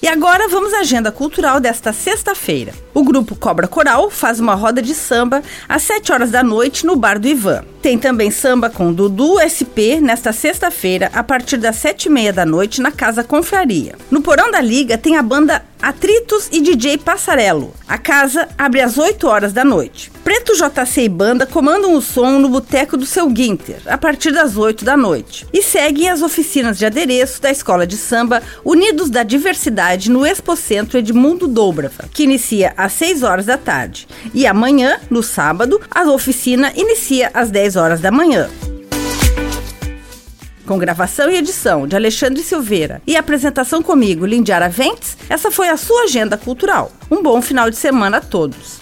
E agora vamos à agenda cultural desta sexta-feira. O grupo Cobra Coral faz uma roda de samba às 7 horas da noite no Bar do Ivan. Tem também samba com Dudu SP nesta sexta-feira a partir das 7h30 da noite na Casa Confraria. No Porão da Liga tem a banda Atritos e DJ Passarello. A casa abre às 8 horas da noite. Preto JC e banda comandam o som no Boteco do Seu Guinter, a partir das 8 da noite. E seguem as oficinas de adereço da Escola de Samba Unidos da Diversidade no Expocentro Edmundo Dobrava, que inicia às 6 horas da tarde. E amanhã, no sábado, a oficina inicia às 10 horas da manhã. Com gravação e edição de Alexandre Silveira e apresentação comigo, Lindiara Ventes, essa foi a sua agenda cultural. Um bom final de semana a todos.